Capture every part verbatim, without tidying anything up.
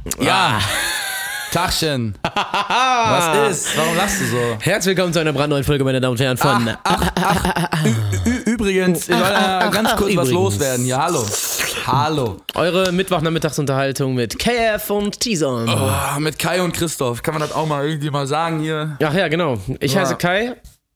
Ja. Tagchen. Was ist? Warum lachst du so? Herzlich willkommen zu einer brandneuen Folge, meine Damen und Herren, von... Ach, ach, ach, ach. Ü- ü- übrigens, ich wollte ja ganz kurz was loswerden hier. Hallo. Hallo. Eure Mittwochnachmittagsunterhaltung mit K F und Tison. Oh, mit Kai und Christoph. Kann man das auch mal irgendwie mal sagen hier? Ach ja, genau. Ich Ja. heiße Kai.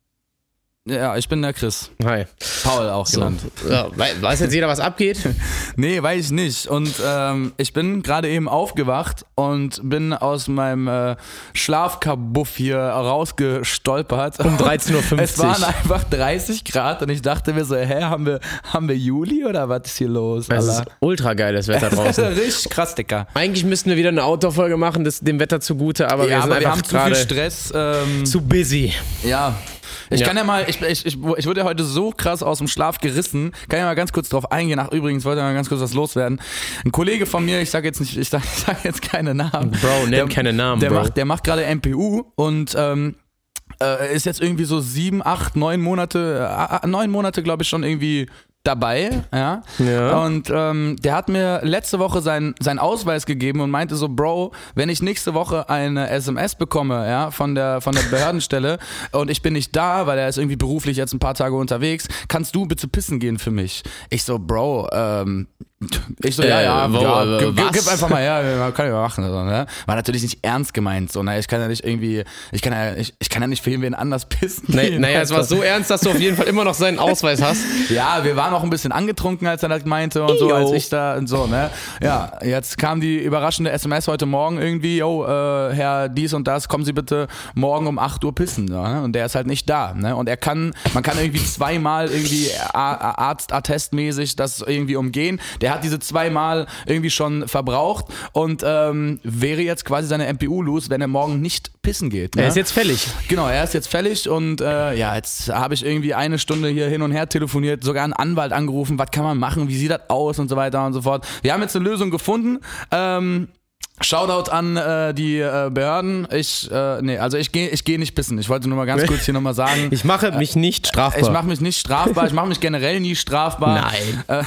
Ja, ich bin der Chris. Hi. Paul auch So. genannt. Ja, wei- weiß jetzt jeder, was abgeht? Nee, weiß ich nicht. Und ähm, ich bin gerade eben aufgewacht und bin aus meinem äh, Schlafkabuff hier rausgestolpert. Um dreizehn Uhr fünfzig. Es waren einfach dreißig Grad und ich dachte mir so, hä, haben wir, haben wir Juli oder was ist hier los? Es Alter? ist ultra geiles Wetter Das ist draußen. richtig krass, Dicker. Eigentlich müssten wir wieder eine Outdoor-Folge machen, das dem Wetter zugute, aber wir Ja, sind aber wir einfach haben zu viel gerade Stress. Ähm, zu busy. ja. Ich Ja. kann ja mal, ich, ich, ich, ich wurde ja heute so krass aus dem Schlaf gerissen. Kann ja mal ganz kurz drauf eingehen. Ach, übrigens wollte ich mal ganz kurz was loswerden. Ein Kollege von mir, ich sag jetzt nicht, ich sag, ich sag jetzt keine Namen. Bro, nenn keine Namen, der Bro. Macht, der macht gerade M P U und ähm, äh, ist jetzt irgendwie so sieben, acht, neun Monate, äh, neun Monate, glaube ich, schon irgendwie dabei, ja. Ja. Und ähm, der hat mir letzte Woche seinen sein Ausweis gegeben und meinte so, Bro, wenn ich nächste Woche eine S M S bekomme, ja, von der von der Behördenstelle und ich bin nicht da, weil er ist irgendwie beruflich jetzt ein paar Tage unterwegs, kannst du bitte pissen gehen für mich? Ich so, Bro, ähm, ich so, ja, Äh, ja, wo, ja äh, gib, was? gib einfach mal her, kann ich mal machen. So, ne? War natürlich nicht ernst gemeint, so, ne? Ich kann ja nicht irgendwie, ich kann ja, ich, ich kann ja nicht für irgendwen anders pissen. Nee, gehen, naja, es war Alter. so ernst, dass du auf jeden Fall immer noch seinen Ausweis hast. Ja, wir waren auch ein bisschen angetrunken, als er das meinte und so, Jo. als ich da und so, ne? Ja, jetzt kam die überraschende S M S heute Morgen irgendwie, yo, äh, Herr dies und das, kommen Sie bitte morgen um acht Uhr pissen, ne? Und der ist halt nicht da, ne? Und er kann, man kann irgendwie zweimal irgendwie Arzt-Attestmäßig das irgendwie umgehen. Der hat diese zweimal irgendwie schon verbraucht und ähm, wäre jetzt quasi seine M P U los, wenn er morgen nicht pissen geht. Ne? Er ist jetzt fällig. Genau, er ist jetzt fällig und äh, ja, jetzt habe ich irgendwie eine Stunde hier hin und her telefoniert, sogar einen Anwalt angerufen, was kann man machen, wie sieht das aus und so weiter und so fort. Wir haben jetzt eine Lösung gefunden. Ähm, Shoutout an äh, die äh, Behörden. Ich, äh, nee, also ich gehe ich geh nicht pissen. Ich wollte nur mal ganz kurz hier nochmal sagen. Ich mache mich nicht strafbar. Ich mache mich nicht strafbar, ich mache mich generell nie strafbar. Nein. Äh,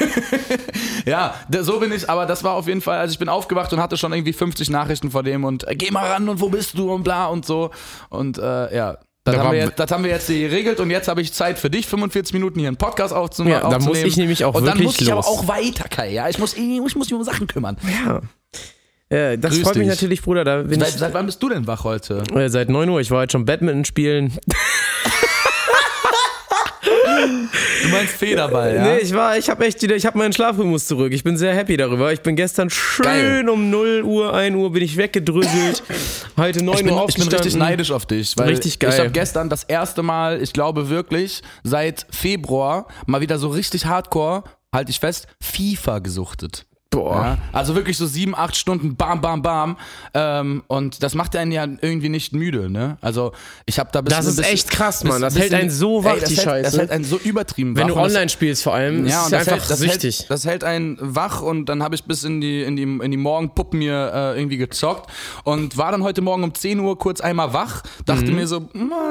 ja, d- so bin ich, aber das war auf jeden Fall, also ich bin aufgewacht und hatte schon irgendwie fünfzig Nachrichten vor dem und äh, geh mal ran und wo bist du und bla und so. Und äh, ja. Das Da haben, war- wir jetzt, das haben wir jetzt hier geregelt und jetzt habe ich Zeit für dich, fünfundvierzig Minuten hier einen Podcast aufzune- Ja, da aufzunehmen. muss ich nämlich auch und dann wirklich muss ich los. aber auch weiter, Kai. Ja, ich muss, ich muss mich um Sachen kümmern. Ja. Äh, das Grüß freut mich dich. natürlich, Bruder. Da bin Seit, ich, seit wann bist du denn wach heute? äh, seit neun Uhr. Ich war heute schon Badminton spielen. Du meinst Federball, ja? Nee, ich war, ich habe echt wieder, ich habe meinen Schlafrhythmus zurück. Ich bin sehr happy darüber. Ich bin gestern schön Geil. um null Uhr, ein Uhr bin ich weggedröselt. Heute neun Ich bin, Uhr ich bin aufgestanden. richtig neidisch auf dich, weil Richtig geil. ich habe gestern das erste Mal, ich glaube wirklich, seit Februar mal wieder so richtig hardcore, halte ich fest, FIFA gesuchtet. Boah. Ja, also wirklich so sieben, acht Stunden, bam, bam, bam. Ähm, und das macht einen ja irgendwie nicht müde, ne? Also ich habe da bis Das ist bis- echt krass, Mann. bis- Das bis- hält einen so wach, ey, das die hält, Scheiße. Das hält einen so übertrieben Wenn wach. du Und das- online spielst vor allem, ja, ist und es das einfach hält, das, süchtig. hält, das hält einen wach und dann habe ich bis in die, in die, in die Morgenpuppen mir äh, irgendwie gezockt und war dann heute Morgen um zehn Uhr kurz einmal wach, dachte mir so,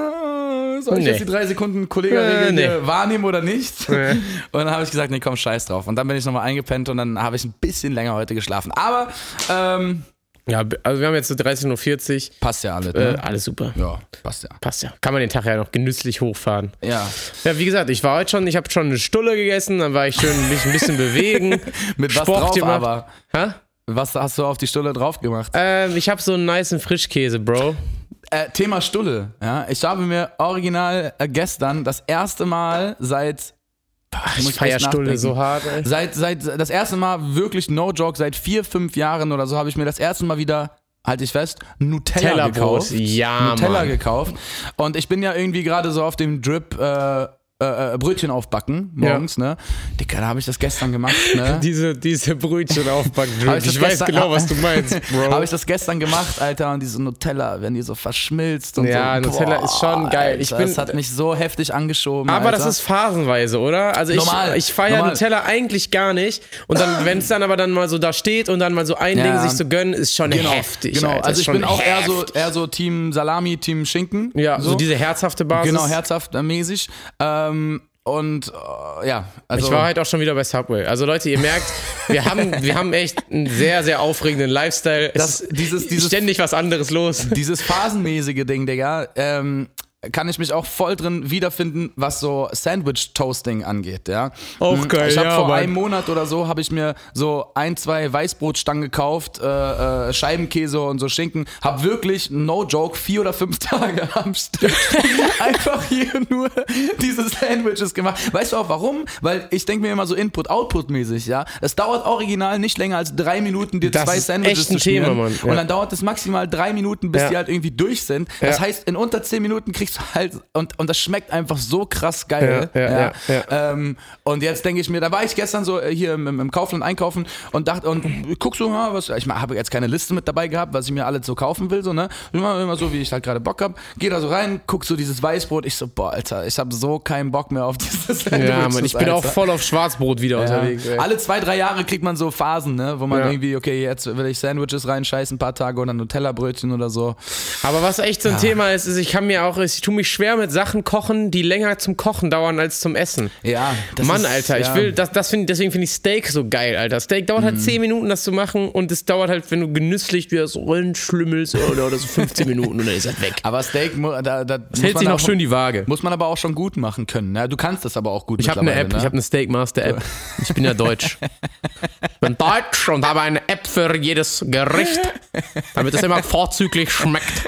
"Ma, soll ich Nee. jetzt die drei Sekunden Kollega-Regel Äh, nee. hier wahrnehmen oder nicht? Nee. Und dann habe ich gesagt, nee, komm, scheiß drauf. Und dann bin ich nochmal eingepennt und dann habe ich ein bisschen länger heute geschlafen. Aber ähm, Ja, also wir haben jetzt so dreizehn Uhr vierzig. passt ja alles, Äh, ne? alles super. Ja, passt ja. Passt ja. Kann man den Tag ja noch genüsslich hochfahren. Ja. Ja, wie gesagt, ich war heute schon, ich habe schon eine Stulle gegessen, dann war ich schön mich ein bisschen bewegen. Mit was Sport drauf gemacht. aber? Hä? Was hast du auf die Stulle drauf gemacht? Ähm, ich habe so einen nicen Frischkäse, Bro. Äh, Thema Stulle. Ja, ich habe mir original äh, gestern das erste Mal seit Ich muss feier echt Stulle nachdenken. so hart, ey. seit seit das erste Mal wirklich no joke seit vier fünf Jahren oder so habe ich mir das erste Mal wieder, halte ich fest, Nutella Tellerbrot. gekauft. Ja, Nutella Mann. gekauft und ich bin ja irgendwie gerade so auf dem Drip äh, äh, Brötchen aufbacken morgens, ja. ne? Dicker, da habe ich das gestern gemacht, ne? Diese, diese Brötchen aufbacken. Hab ich Ich, das weiß gestern- genau, was du meinst, Bro. Habe ich das gestern gemacht, Alter, und diese Nutella, wenn die so verschmilzt und Ja, so. Nutella ist schon geil. Ich Alter, bin- das hat mich so heftig angeschoben, Aber Alter. das ist phasenweise, oder? Also ich, Normal, ich feiere normal. Nutella eigentlich gar nicht. Und dann, wenn es dann aber dann mal so da steht und dann mal so ein Ja. Ding sich zu gönnen, ist schon genau, heftig. Genau, Alter. also Ist ich schon bin auch eher so, heftig. eher so Team Salami, Team Schinken. Ja, so, diese herzhafte Basis. Genau, herzhaft äh, mäßig. Ähm, und äh, ja, also. Ich war halt auch schon wieder bei Subway. Also Leute, ihr merkt, wir haben, wir haben echt einen sehr, sehr aufregenden Lifestyle. Es Das- ist dieses- dieses- ständig was anderes los. Dieses phasenmäßige Ding, Digga, ähm, kann ich mich auch voll drin wiederfinden, was so Sandwich-Toasting angeht, ja. Auch Mhm. geil, Ich habe ja, vor Mann. einem Monat oder so, habe ich mir so ein, zwei Weißbrotstangen gekauft, äh, äh, Scheibenkäse und so Schinken, habe wirklich, no joke, vier oder fünf Tage am Stück einfach hier nur diese Sandwiches gemacht. Weißt du auch warum? Weil ich denke mir immer so Input-Output-mäßig, ja. Es dauert original nicht länger als drei Minuten, dir Das zwei ist Sandwiches echt ein zu schmieren. Thema, Mann. Ja. Und dann dauert es maximal drei Minuten, bis Ja. die halt irgendwie durch sind. Das Ja. heißt, in unter zehn Minuten kriegst du halt, und, und das schmeckt einfach so krass geil. Ja, ja, ja, ja. Ähm, und jetzt denke ich mir, da war ich gestern so äh, hier im, im Kaufland einkaufen und dachte, und guck so, ja, was, ich habe jetzt keine Liste mit dabei gehabt, was ich mir alles so kaufen will, so, ne? Immer, immer so, wie ich halt gerade Bock hab. Geh da so rein, guck so dieses Weißbrot, ich so, boah, Alter, ich habe so keinen Bock mehr auf dieses Sandwiches, Ja, Mann, ich bin Alter. auch voll auf Schwarzbrot wieder Ja. unterwegs. Ey. Alle zwei, drei Jahre kriegt man so Phasen, ne? Wo man Ja. irgendwie, okay, jetzt will ich Sandwiches reinscheißen, ein paar Tage und dann Nutella-Brötchen oder so. Aber was echt so ein Thema ist, ist, ich kann mir auch, ich tue mich schwer mit Sachen kochen, die länger zum Kochen dauern als zum Essen. Ja, das Mann, ist, Alter, ja. ich will, das, das find, deswegen finde ich Steak so geil, Alter. Steak dauert halt zehn Minuten, das zu machen und es dauert halt, wenn du genüsslich wieder so reinschlümmelst oder, oder so fünfzehn Minuten und dann ist das weg. Aber Steak, mu- da, da muss Hält man sich noch auch, schön die Waage. muss man aber auch schon gut machen können. Ne? Du kannst das aber auch gut Ich habe eine mittlerweile, App, ne? ich habe eine Steakmaster-App. Ich bin ja deutsch. Ich bin deutsch und habe eine App für jedes Gericht, damit es immer vorzüglich schmeckt.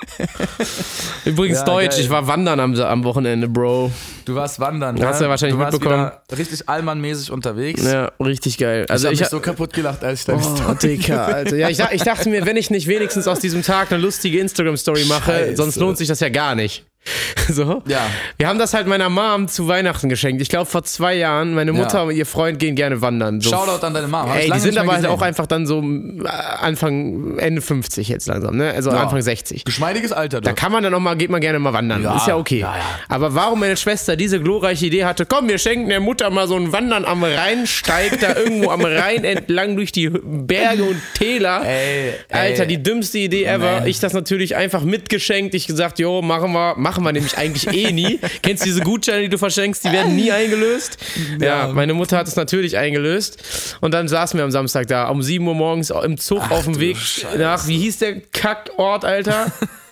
Übrigens Ja, deutsch, geil. ich war wandern am, am Wochenende, Bro. Du warst wandern. Hast ne? du ja wahrscheinlich du warst mitbekommen. wieder richtig allmannmäßig unterwegs. Ja, richtig geil. Also ich ich, habe mich so kaputt gelacht, als ich deine Oh, Story Dicker, Alter. Ja, ich, dach- ich dachte mir, wenn ich nicht wenigstens aus diesem Tag eine lustige Instagram-Story mache, Scheiße. sonst lohnt sich das ja gar nicht. So? Ja. Wir haben das halt meiner Mom zu Weihnachten geschenkt. Ich glaube, vor zwei Jahren, meine Mutter Ja. und ihr Freund gehen gerne wandern. So. Shoutout an deine Mom. Hab ich Ey, die lange sind nicht mehr aber halt gesehen. auch einfach dann so äh, Anfang, Ende fünfzig jetzt langsam, ne? Also Ja. Anfang sechzig. Geschmeidiges Alter, du. Da kann man dann auch mal, geht man gerne mal wandern. Ja, Ist ja okay. ja, ja. Aber warum meine Schwester diese glorreiche Idee hatte, komm, wir schenken der Mutter mal so ein Wandern am Rhein, steigt da irgendwo am Rhein entlang durch die Berge und Täler. Ey, Alter, ey. die dümmste Idee ever. Man. Ich das natürlich einfach mitgeschenkt. Ich gesagt, jo, machen wir, machen wir nämlich eigentlich eh nie. Kennst du diese Gutscheine, die du verschenkst, die werden nie eingelöst? Ja, Ja. meine Mutter hat es natürlich eingelöst. Und dann saßen wir am Samstag da, um sieben Uhr morgens im Zug Ach, auf dem du Weg Scheiße. nach, wie hieß der Kackort, Alter?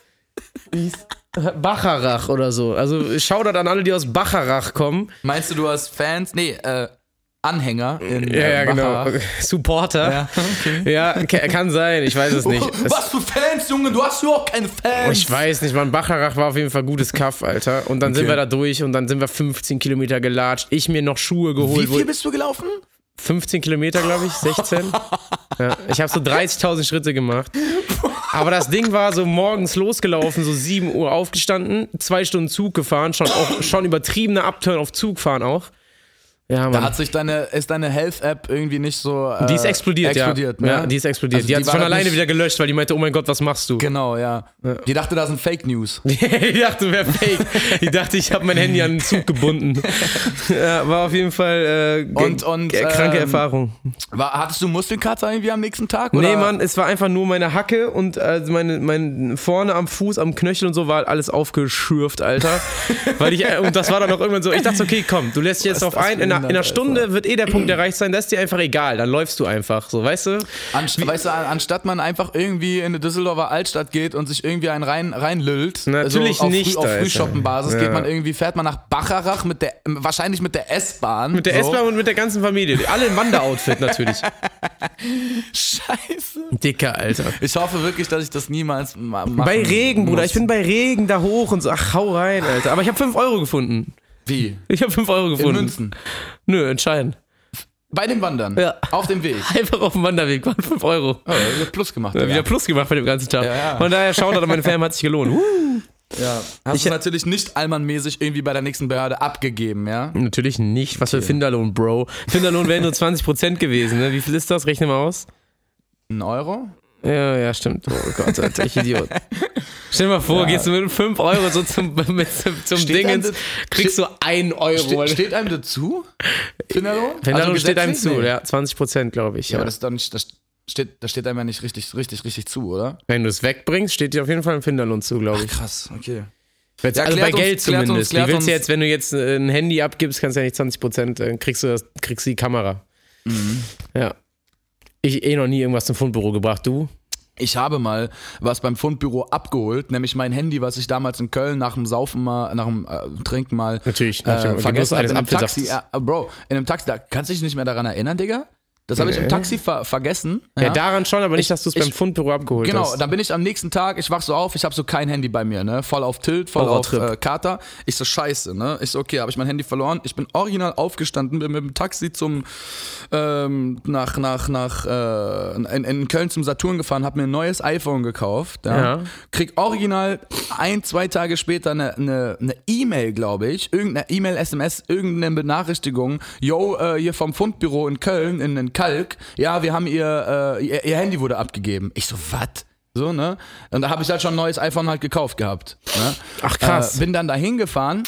Wie hieß Bacharach oder so. Also Shoutout an alle, die aus Bacharach kommen. Meinst du, du hast Fans? Nee, äh, Anhänger in Ja, äh, ja, genau. Bacharach? Supporter. Ja, okay. Ja, ka- kann sein, ich weiß es nicht. Es, Was für Fans, Junge? Du hast überhaupt keine Fans. ich weiß nicht, man, Bacharach war auf jeden Fall gutes Kaff, Alter. Und dann sind Okay. wir da durch und dann sind wir fünfzehn Kilometer gelatscht. Ich mir noch Schuhe geholt. Wie wo- viel bist du gelaufen? fünfzehn Kilometer, glaube ich, sechzehn. Ja, ich habe so dreißigtausend Schritte gemacht. Aber das Ding war so morgens losgelaufen, so sieben Uhr aufgestanden, zwei Stunden Zug gefahren, schon, auch, schon übertriebener Upturn auf Zug fahren auch. Ja, Da Mann. hat sich deine, ist deine Health-App irgendwie nicht so. Äh, Die ist explodiert, explodiert ja. ne? Ja, die ist explodiert. Also die, die hat es war von halt alleine nicht- wieder gelöscht, weil die meinte, oh mein Gott, was machst du? Genau, ja. Die dachte, das sind Fake News. Ich dachte, wäre fake. Ich dachte, ich habe mein Handy an den Zug gebunden. Ja, war auf jeden Fall äh, Und- und, äh, kranke ähm, Erfahrung. War, hattest du Muskelkater irgendwie am nächsten Tag? Oder? Nee, Mann, es war einfach nur meine Hacke und äh, meine, mein vorne am Fuß, am Knöchel und so war alles aufgeschürft, Alter. Weil ich, äh, und das war dann auch irgendwann so, ich dachte, okay, komm, du lässt dich jetzt Was drauf ist das ein, für in einer, in einer Alter? Stunde wird eh der Punkt erreicht sein, das ist dir einfach egal, dann läufst du einfach, so, weißt du? Anst weißt du, an- anstatt man einfach irgendwie in eine Düsseldorfer Altstadt geht und sich irgendwie einen rein, reinlüllt, Natürlich so auf, nicht, Früh, auf Alter. Frühshoppenbasis, Ja. geht man irgendwie, fährt man nach Bacharach mit der, wahrscheinlich mit der S-Bahn. Mit der so. S-Bahn und mit der ganzen Familie. Alle im Wanderoutfit natürlich. Scheiße. Dicker, Alter. Ich hoffe wirklich, dass ich das niemals ma machen Bei Regen, Bruder. muss. Ich bin bei Regen da hoch und so. Ach, hau rein, Alter. Aber ich habe fünf Euro gefunden. Wie? Ich habe fünf Euro In gefunden. Münzen. Nö, entscheidend. Bei dem Wandern. Ja. Auf dem Weg. Einfach auf dem Wanderweg waren fünf Euro. Oh, wird Plus gemacht. Ja, Digga. wieder Plus gemacht bei dem ganzen Tag. Ja, ja. Von daher, Shoutout an meine Fam, hat sich gelohnt. Uh. Ja. Hast Ich- du natürlich nicht allmannmäßig irgendwie bei der nächsten Behörde abgegeben, ja? Natürlich nicht. Was für Finderlohn, Bro. Finderlohn wären nur zwanzig Prozent gewesen, ne? Wie viel ist das? Rechne mal aus. Ein Euro? Ja, ja, stimmt. Oh Gott, Alter, ich Idiot. Stell dir mal vor, Ja. gehst du mit fünf Euro so zum, mit, zum, zum Steht Dingens, einem das- kriegst du ein Euro. Ste weil- steht einem dazu? Finderlohn? Finderlohn Also steht einem gesetzlich? zu, Nee. ja. zwanzig Prozent, glaube ich. Ja, Ja. aber das ist doch nicht, das steht, das steht einem ja nicht richtig, richtig, richtig zu, oder? Wenn du es wegbringst, steht dir auf jeden Fall ein Finderlohn zu, glaube ich. Krass, okay. Jetzt Also bei klärt uns- Geld klärt uns- zumindest. klärt Wie willst du uns- jetzt, wenn du jetzt ein Handy abgibst, kannst du ja nicht zwanzig Prozent, dann kriegst du, das, kriegst du die Kamera. Mhm. Ja. Ich eh noch nie irgendwas zum Fundbüro gebracht, du? Ich habe mal was beim Fundbüro abgeholt, nämlich mein Handy, was ich damals in Köln nach dem Saufen mal, nach dem äh, Trinken mal Natürlich, nach dem äh, vergessen habe Genuss in einem eines Taxi. Apfelsafts. Äh, Bro, in einem Taxi, da kannst du dich nicht mehr daran erinnern, Digga? Das habe ich im Nee. Taxi ver vergessen. Ja, daran schon, aber nicht, Ich- dass du es ich- beim Fundbüro abgeholt Genau, hast. dann bin ich am nächsten Tag, ich wach so auf, ich habe so kein Handy bei mir, ne? Voll auf Tilt, voll auf Horrortrip. äh, Kater. Ich so, scheiße, ne? Ich so, okay, habe ich mein Handy verloren. Ich bin original aufgestanden, bin mit dem Taxi zum ähm, nach, nach, nach äh, in, in Köln zum Saturn gefahren, habe mir ein neues iPhone gekauft. Ja? Ja. Krieg original ein, zwei Tage später eine, eine, eine E-Mail, glaube ich, irgendeine E-Mail, S M S, irgendeine Benachrichtigung, yo, äh, hier vom Fundbüro in Köln, in, in Kalk, ja, wir haben ihr, äh, ihr, ihr Handy wurde abgegeben. Ich so, was? So, ne? Und da habe ich halt schon ein neues iPhone halt gekauft gehabt. Ne? Ach, krass. Äh, bin dann da hingefahren,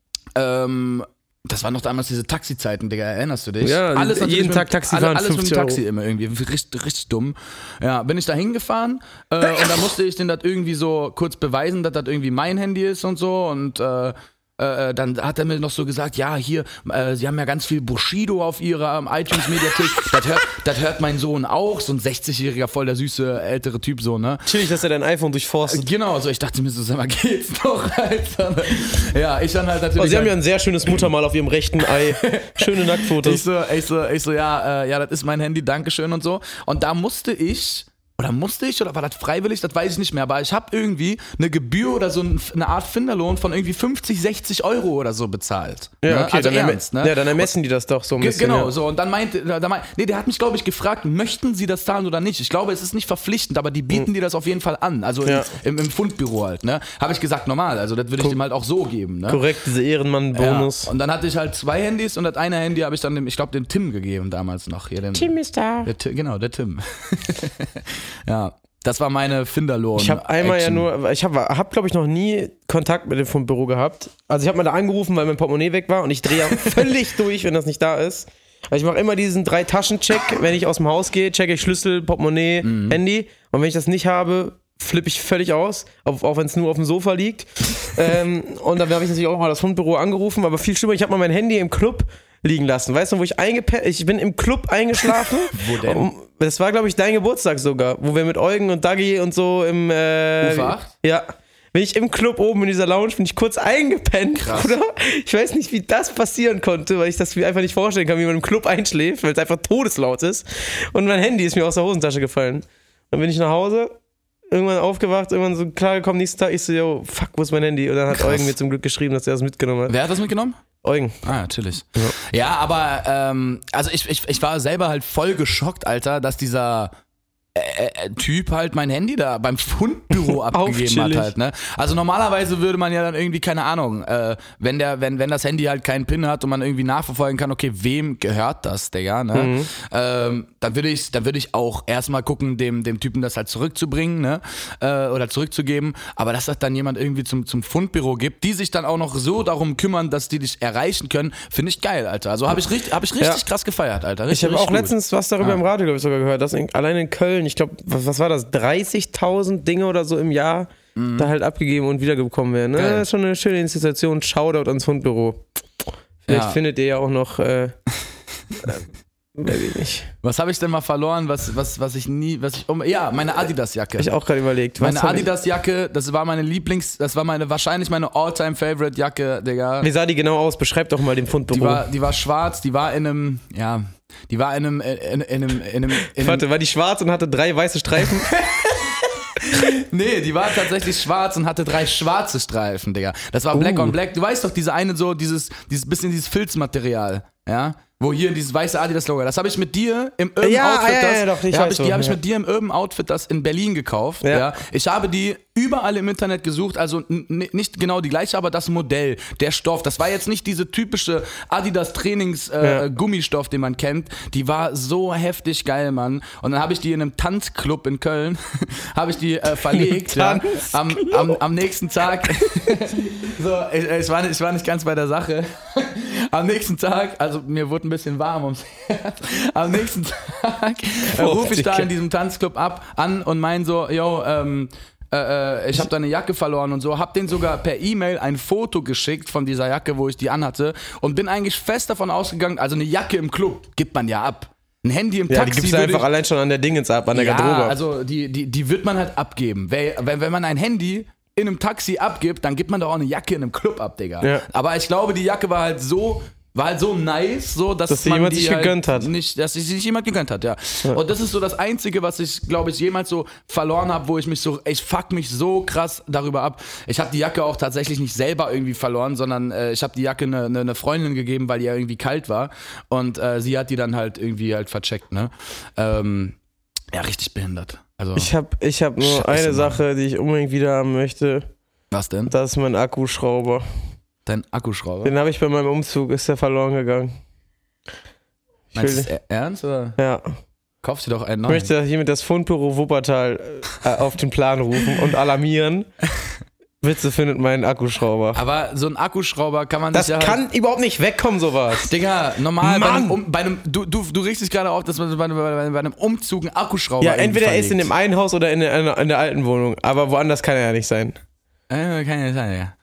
ähm, das waren noch damals diese Taxizeiten, Digga, erinnerst du dich? Ja, alles natürlich jeden mit, Tag Taxi alle, fahren, alles mit dem fünfzig Euro. Taxi immer irgendwie, richtig, richtig dumm. Ja, bin ich da hingefahren äh, und da musste ich den das irgendwie so kurz beweisen, dass das irgendwie mein Handy ist und so und äh, äh, dann hat er mir noch so gesagt, ja, hier, äh, sie haben ja ganz viel Bushido auf ihrer ähm, iTunes-Mediathek, das hört, das hört mein Sohn auch, so ein sechzigjähriger, voll der süße, ältere Typ so, ne? Chillig, dass er dein iPhone durchforstet. Genau, so ich dachte mir so, sag mal, geht's doch, Alter? Ja, ich dann halt natürlich... Oh, sie haben halt, ja ein sehr schönes Muttermal auf ihrem rechten Ei. Schöne Nacktfotos. Ich so, ich so, ich so, ja, äh, ja, das ist mein Handy, Dankeschön und so. Und da musste ich, oder musste ich, oder war das freiwillig, das weiß ich nicht mehr, aber ich habe irgendwie eine Gebühr oder so ein, eine Art Finderlohn von irgendwie fünfzig, sechzig Euro oder so bezahlt. Ja, ne? okay, Also dann, ernst, erme- ne? ja, dann ermessen die das doch so ein Ge- bisschen. Genau, ja. so. Und dann meinte, da meint, nee, der hat mich, glaube ich, gefragt, möchten Sie das zahlen oder nicht? Ich glaube, es ist nicht verpflichtend, aber die bieten dir das auf jeden Fall an. Also Ja. im, im, im Fundbüro halt, ne? Habe ich gesagt, normal. Also das würde ich dem halt auch so geben, ne? Korrekt, diese Ehrenmann-Bonus. Ja. Und dann hatte ich halt zwei Handys und das eine Handy habe ich dann dem, ich glaube, dem Tim gegeben damals noch. Hier, dem, Tim ist da. der, Ti- genau, der Tim. Ja, das war meine Finderlohn. Ich habe einmal Action. ja nur, ich habe, hab, glaube ich, noch nie Kontakt mit dem Fundbüro gehabt. Also ich habe mal da angerufen, weil mein Portemonnaie weg war und ich drehe ja völlig durch, wenn das nicht da ist. Also ich mache immer diesen Drei-Taschen-Check, wenn ich aus dem Haus gehe, checke ich Schlüssel, Portemonnaie, Mhm. Handy. Und wenn ich das nicht habe, flippe ich völlig aus, auch, auch wenn es nur auf dem Sofa liegt. ähm, und dann habe ich natürlich auch mal das Fundbüro angerufen, aber viel schlimmer, ich habe mal mein Handy im Club liegen lassen. Weißt du, wo ich eingepennt, ich bin im Club eingeschlafen. Wo denn? Um, das war, glaube ich, dein Geburtstag sogar, wo wir mit Eugen und Dagi und so im äh, U F acht? Ja. Bin ich im Club oben in dieser Lounge, bin ich kurz eingepennt, Krass. Bruder. Ich weiß nicht, wie das passieren konnte, weil ich das mir einfach nicht vorstellen kann, wie man im Club einschläft, weil es einfach todeslaut ist. Und mein Handy ist mir aus der Hosentasche gefallen. Dann bin ich nach Hause, irgendwann aufgewacht, irgendwann so klargekommen, nächsten Tag, ich so, yo, fuck, wo ist mein Handy? Und dann hat Krass. Eugen mir zum Glück geschrieben, dass er das mitgenommen hat. Wer hat das mitgenommen? Eugen. Ah, natürlich. Ja, ja aber ähm, also ich, ich, ich war selber halt voll geschockt, Alter, dass dieser äh, äh, Typ halt mein Handy da beim Fundbüro abgegeben hat chillig. halt, ne? Also normalerweise würde man ja dann irgendwie, keine Ahnung, äh, wenn der, wenn, wenn das Handy halt keinen PIN hat und man irgendwie nachverfolgen kann, okay, wem gehört das, Digga, ne? Mhm. Ähm, dann würde ich, dann würde ich auch erstmal gucken, dem, dem Typen das halt zurückzubringen, ne? Äh, oder zurückzugeben. Aber dass das dann jemand irgendwie zum, zum Fundbüro gibt, die sich dann auch noch so darum kümmern, dass die dich erreichen können, finde ich geil, Alter. Also habe ich richtig, habe ich richtig Ja. krass gefeiert, Alter. Ich Richtig, habe auch richtig gut. letztens was darüber im Radio, glaube ich, sogar gehört, dass in, allein in Köln, ich glaube, was, was war das, dreißigtausend Dinge oder so im Jahr da halt abgegeben und wiedergekommen werden. Ne? Geil. Das ist schon eine schöne Institution. Shoutout ans Fundbüro. Vielleicht Ja. findet ihr ja auch noch, äh, äh, weiß ich nicht. Was habe ich denn mal verloren, was, was, was ich nie, was ich, um, ja, meine Adidas-Jacke. Hab ich auch gerade überlegt. Was Meine hab ich- Adidas-Jacke, das war meine Lieblings, das war meine, wahrscheinlich meine All-Time-Favorite-Jacke, Digga. Wie sah die genau aus? Beschreib doch mal den Die Fundbüro. war, die war schwarz, die war in einem, ja, die war in einem, in, in, in einem, in einem, in einem Warte, war die schwarz und hatte drei weiße Streifen? nee, die war tatsächlich schwarz und hatte drei schwarze Streifen, Digga. Das war Black Uh. on Black. Du weißt doch, diese eine so, dieses, dieses bisschen dieses Filzmaterial, ja? Wo hier dieses weiße Adidas-Logo, das habe ich mit dir im Urban Ja, Outfit, ja, das, ja, doch, ich ja, hab weiß ich, die so, habe ich ja. mit dir im Urban Outfit das in Berlin gekauft, ja. Ja. Ich habe die überall im Internet gesucht, also n- nicht genau die gleiche, aber das Modell, der Stoff, das war jetzt nicht diese typische Adidas Trainings äh, Ja. Gummistoff, den man kennt, die war so heftig geil, Mann. Und dann habe ich die in einem Tanzclub in Köln, habe ich die äh, verlegt, ja, am, am, am nächsten Tag, so, ich, ich, war nicht, ich war nicht ganz bei der Sache, am nächsten Tag, also mir wurde ein bisschen warm ums Herz, am nächsten Tag äh, rufe ich da in diesem Tanzclub ab an und mein so, yo, ähm, äh, ich habe da eine Jacke verloren und so, hab denen sogar per E-Mail ein Foto geschickt von dieser Jacke, wo ich die anhatte und bin eigentlich fest davon ausgegangen, also eine Jacke im Club gibt man ja ab. Ein Handy im Ja, Taxi die gibst du einfach ich, allein schon an der Dingens ab, an der ja, Garderobe. also die, die, die wird man halt abgeben. Wenn, wenn man ein Handy in einem Taxi abgibt, dann gibt man doch auch eine Jacke in einem Club ab, Digga. Ja. Aber ich glaube, die Jacke war halt so... War halt so nice, so, dass, dass sie man jemand die sich halt gegönnt hat. Nicht, dass sich jemand gegönnt hat, ja. ja. Und das ist so das Einzige, was ich, glaube ich, jemals so verloren habe, wo ich mich so, ich fuck mich so krass darüber ab. Ich habe die Jacke auch tatsächlich nicht selber irgendwie verloren, sondern äh, ich habe die Jacke eine ne, ne Freundin gegeben, weil die ja irgendwie kalt war. Und äh, sie hat die dann halt irgendwie halt vercheckt, ne? Ähm, ja, richtig behindert. Also, ich habe ich hab nur Scheiße, eine Mann. Sache, die ich unbedingt wieder haben möchte. Was denn? Das ist mein Akkuschrauber. Dein Akkuschrauber? Den habe ich bei meinem Umzug, ist der verloren gegangen. Ich Meinst du will- das ernst, oder? Ja. Kaufst du doch einen Ich neuen? möchte hiermit das Fundbüro Wuppertal äh, auf den Plan rufen und alarmieren. Bitte findet meinen Akkuschrauber. Aber so ein Akkuschrauber kann man Das sich ja kann halt, überhaupt nicht wegkommen, sowas. Digga, normal bei Mann! einem, um, bei einem du, du, du regst dich gerade auf, dass man bei einem, bei einem Umzug einen Akkuschrauber Ja, irgendwie entweder er ist in verlegt. dem einen Haus oder in der, in der alten Wohnung. Aber woanders kann er ja nicht sein. Äh, kann ja sein, ja.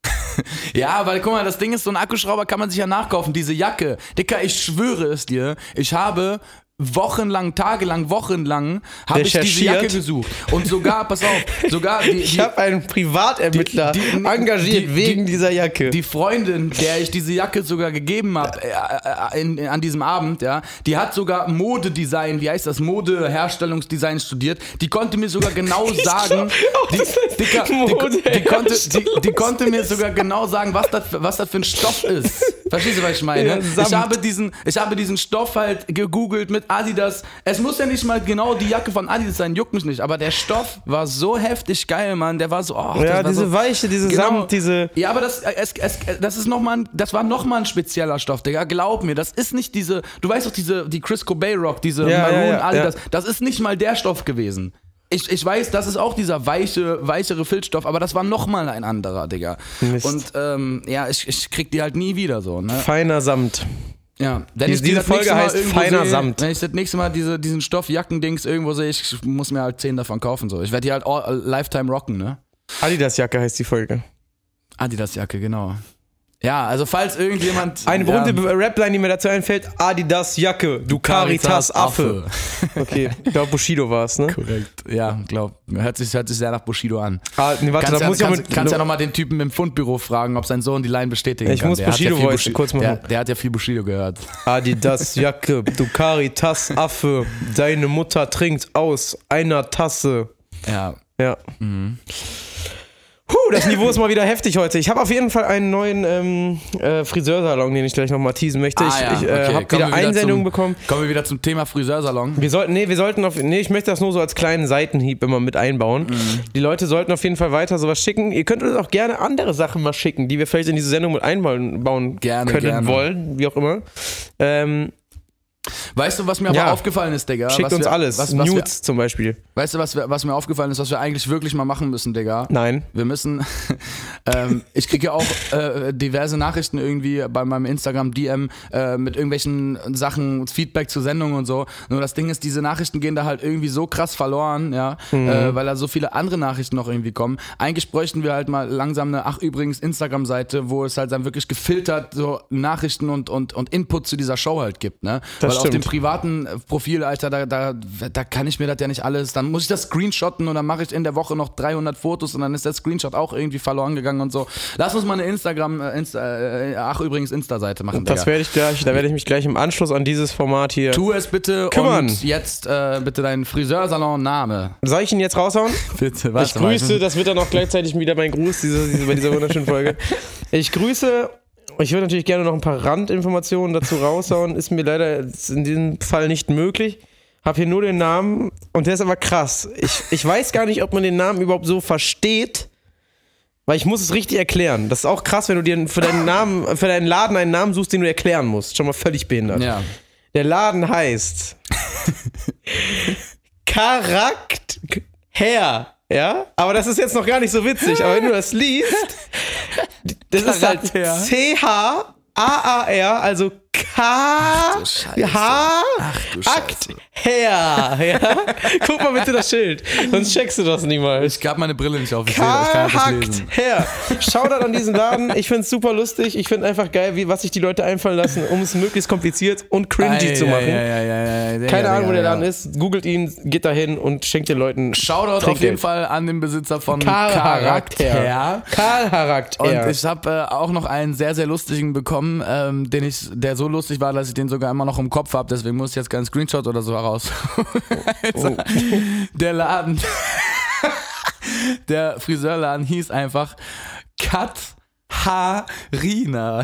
Ja, weil guck mal, das Ding ist, so ein Akkuschrauber kann man sich ja nachkaufen. Diese Jacke, Dicker, ich schwöre es dir, ich habe wochenlang, tagelang, wochenlang habe ich diese Recherchiert. Jacke gesucht. Und sogar, pass auf, sogar die, Ich die, habe einen Privatermittler Die- die- engagiert die- wegen die- dieser Jacke. die Freundin, der ich diese Jacke sogar gegeben habe äh, in, in, an diesem Abend, ja, die hat sogar Modedesign, wie heißt das, Modeherstellungsdesign studiert. Die konnte mir sogar genau sagen, die, Dicker, die, die, konnte, die, die konnte mir sogar genau sagen, was das, für- was das für ein Stoff ist. Verstehst du, was ich meine? Ja, Samt. ich, habe diesen, ich habe diesen Stoff halt gegoogelt mit Adidas. Es muss ja nicht mal genau die Jacke von Adidas sein, juckt mich nicht. Aber der Stoff war so heftig geil, Mann. Der war so, oh, ja, das war diese so, Weiche, diese Genau. Samt, diese... Ja, aber das, es, es, das ist noch mal ein, das war nochmal ein spezieller Stoff, Digga. Glaub mir, das ist nicht diese, du weißt doch, diese, die Chris Cobain Rock, diese Ja, Maroon ja, ja, Adidas, ja. das ist nicht mal der Stoff gewesen. Ich, ich weiß, das ist auch dieser weiche, weichere Filzstoff, aber das war nochmal ein anderer, Digga. Mist. Und ähm, ja, ich, ich krieg die halt nie wieder so, ne? Feiner Samt. Ja, wenn Diese- ich die diese das nächste Folge Mal heißt irgendwo feiner sehe, Samt. Wenn ich das nächste Mal diese, diesen Stoffjacken-Dings irgendwo sehe, ich muss mir halt zehn davon kaufen, so. Ich werde die halt all, lifetime rocken, ne? Adidas-Jacke heißt die Folge. Adidas-Jacke, genau. Ja, also falls irgendjemand... Eine ja, berühmte Rap-Line, die mir dazu einfällt: Adidas-Jacke, du Caritas-Affe. Okay, ich glaube Bushido war es, ne? Korrekt. Ja, glaub. Hört sich, hört sich sehr nach Bushido an. Ah, nee, warte, Kannst da ja, muss ich auch kannst, mit... kannst ja nochmal den Typen im Fundbüro fragen, ob sein Sohn die Line bestätigen Ich kann. muss Der hat ja viel Bushido-Voice Bushi- kurz machen. Der, der hat ja viel Bushido gehört. Adidas-Jacke, du Caritas-Affe, deine Mutter trinkt aus einer Tasse. Ja. Ja. Puh, das Niveau ist mal wieder heftig heute. Ich habe auf jeden Fall einen neuen ähm, äh, Friseursalon, den ich gleich nochmal teasen möchte. Ich, Ah, ja, ich äh, okay. habe Kommen wieder wir wieder Einsendungen zum- bekommen. Kommen wir wieder zum Thema Friseursalon. Wir sollten, nee, wir sollten auf, nee, ich möchte das nur so als kleinen Seitenhieb immer mit einbauen. Mhm. Die Leute sollten auf jeden Fall weiter sowas schicken. Ihr könnt uns auch gerne andere Sachen mal schicken, die wir vielleicht in diese Sendung mit einbauen bauen Gerne, können, gerne. wollen, wie auch immer. Ähm, Weißt du, was mir aber Ja. aufgefallen ist, Digga? schickt was uns wir, alles. Was, was Nudes zum Beispiel. Wir, weißt du, was, wir, was mir aufgefallen ist, was wir eigentlich wirklich mal machen müssen, Digga? Nein. Wir müssen, ähm, ich kriege ja auch äh, diverse Nachrichten irgendwie bei meinem Instagram-D M äh, mit irgendwelchen Sachen, Feedback zu Sendungen und so. Nur das Ding ist, diese Nachrichten gehen da halt irgendwie so krass verloren, ja, Mhm. äh, weil da so viele andere Nachrichten noch irgendwie kommen. Eigentlich bräuchten wir halt mal langsam eine, ach übrigens, Instagram-Seite, wo es halt dann wirklich gefiltert so Nachrichten und, und, und Input zu dieser Show halt gibt, ne? Das weil auf dem stimmt. privaten Profil, Alter, da, da, da kann ich mir das ja nicht alles, dann muss ich das screenshotten und dann mache ich in der Woche noch dreihundert Fotos und dann ist der Screenshot auch irgendwie verloren gegangen und so. Lass uns mal eine Instagram, äh, Insta, äh, ach übrigens Insta-Seite machen, Das Digga. werde ich gleich, da werde ich mich gleich im Anschluss an dieses Format hier. Tu es bitte Kümmern. und jetzt äh, bitte deinen Friseursalon-Name. Soll ich ihn jetzt raushauen? Bitte, Ich grüße, das wird dann auch gleichzeitig wieder mein Gruß diese, diese, bei dieser wunderschönen Folge. Ich grüße, ich würde natürlich gerne noch ein paar Randinformationen dazu raushauen, ist mir leider in diesem Fall nicht möglich. Hab hier nur den Namen und der ist aber krass. Ich, ich weiß gar nicht, ob man den Namen überhaupt so versteht, weil ich muss es richtig erklären. Das ist auch krass, wenn du dir für deinen Namen, für deinen Laden einen Namen suchst, den du erklären musst. Schon mal völlig behindert. Ja. Der Laden heißt Charakter, ja? Aber das ist jetzt noch gar nicht so witzig. Aber wenn du das liest, das ist halt Charakter. C H A A R, also K H Akt her. Ja? Guck mal bitte das Schild, sonst checkst du das niemals. Ich gab meine Brille nicht auf, ich, K ich kann das Hakt lesen. her. Shoutout an diesen Laden, ich find's super lustig, ich find einfach geil, wie, was sich die Leute einfallen lassen, um es möglichst kompliziert und cringy Ei, zu machen. Ja, ja, ja, ja, ja, Keine ja, Ahnung, wo ja, der Laden ja. ist, googelt ihn, geht da hin und schenkt den Leuten Shoutout Trinkgeld. auf jeden Fall an den Besitzer von Karl Charakter. Charakter. Karl Charakter. Und ich habe äh, auch noch einen sehr, sehr lustigen bekommen, ähm, den ich, der so lustig war, dass ich den sogar immer noch im Kopf habe. Deswegen muss ich jetzt keinen Screenshot oder so heraus. also, Oh. Der Laden, der Friseurladen hieß einfach Katharina.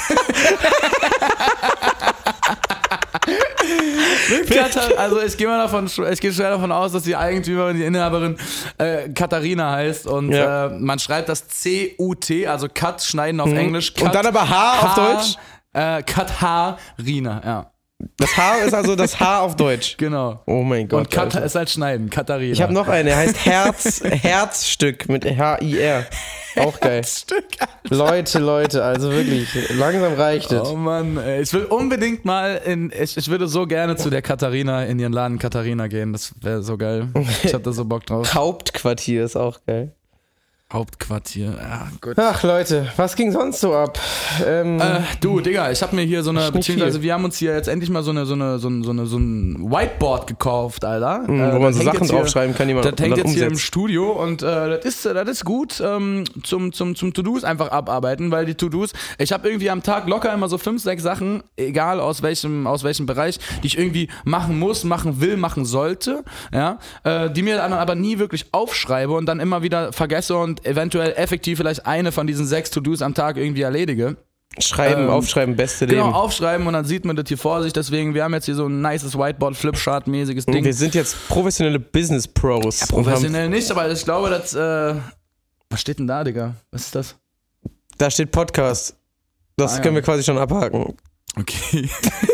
Katar, also ich gehe mal davon, ich gehe schwer davon aus, dass die Eigentümerin, die Inhaberin äh, Katharina heißt und Ja. äh, man schreibt das C U T, also Cut, schneiden auf Mhm. Englisch. Cut, Und dann aber H auf Deutsch? Äh, Katharina, ja. Das H ist also das H auf Deutsch. Genau. Oh mein Gott. Und Kat Alter. ist halt schneiden, Katharina. Ich habe noch einen, der heißt Herz, Herzstück mit H I R. Auch geil. Stück. Leute, Leute, also wirklich, langsam reicht es. Oh Mann, ey, ich will unbedingt mal in, ich, ich würde so gerne zu der Katharina in ihren Laden Katharina gehen, das wäre so geil. Ich hab da so Bock drauf. Hauptquartier ist auch geil. Hauptquartier, ja gut. Ach Leute, was ging sonst so ab? Ähm, Äh, du, Digga, ich habe mir hier so eine, Nicht beziehungsweise viel. wir haben uns hier jetzt endlich mal so eine, so eine, so eine, so eine, so ein Whiteboard gekauft, Alter. wo Äh, man das so hängt Sachen jetzt hier- draufschreiben kann, die man Das hängt dann jetzt hier im umsetzt. Studio und äh, das ist, das ist gut ähm, zum, zum, zum To-Dos einfach abarbeiten, weil die To-Dos, ich habe irgendwie am Tag locker immer so fünf, sechs Sachen, egal aus welchem, aus welchem Bereich, die ich irgendwie machen muss, machen will, machen sollte, ja, äh, die mir dann aber nie wirklich aufschreibe und dann immer wieder vergesse und eventuell effektiv vielleicht eine von diesen sechs To-Dos am Tag irgendwie erledige. Schreiben, ähm, aufschreiben, beste Genau, Leben. aufschreiben und dann sieht man das hier vor sich. Deswegen, wir haben jetzt hier so ein nices Whiteboard, Flipchart-mäßiges Ding. Wir sind jetzt professionelle Business-Pros. Ja, professionell nicht, aber ich glaube, dass. Äh, was steht denn da, Digga? Was ist das? Da steht Podcast. Das Ah, ja. können wir quasi schon abhaken. Okay.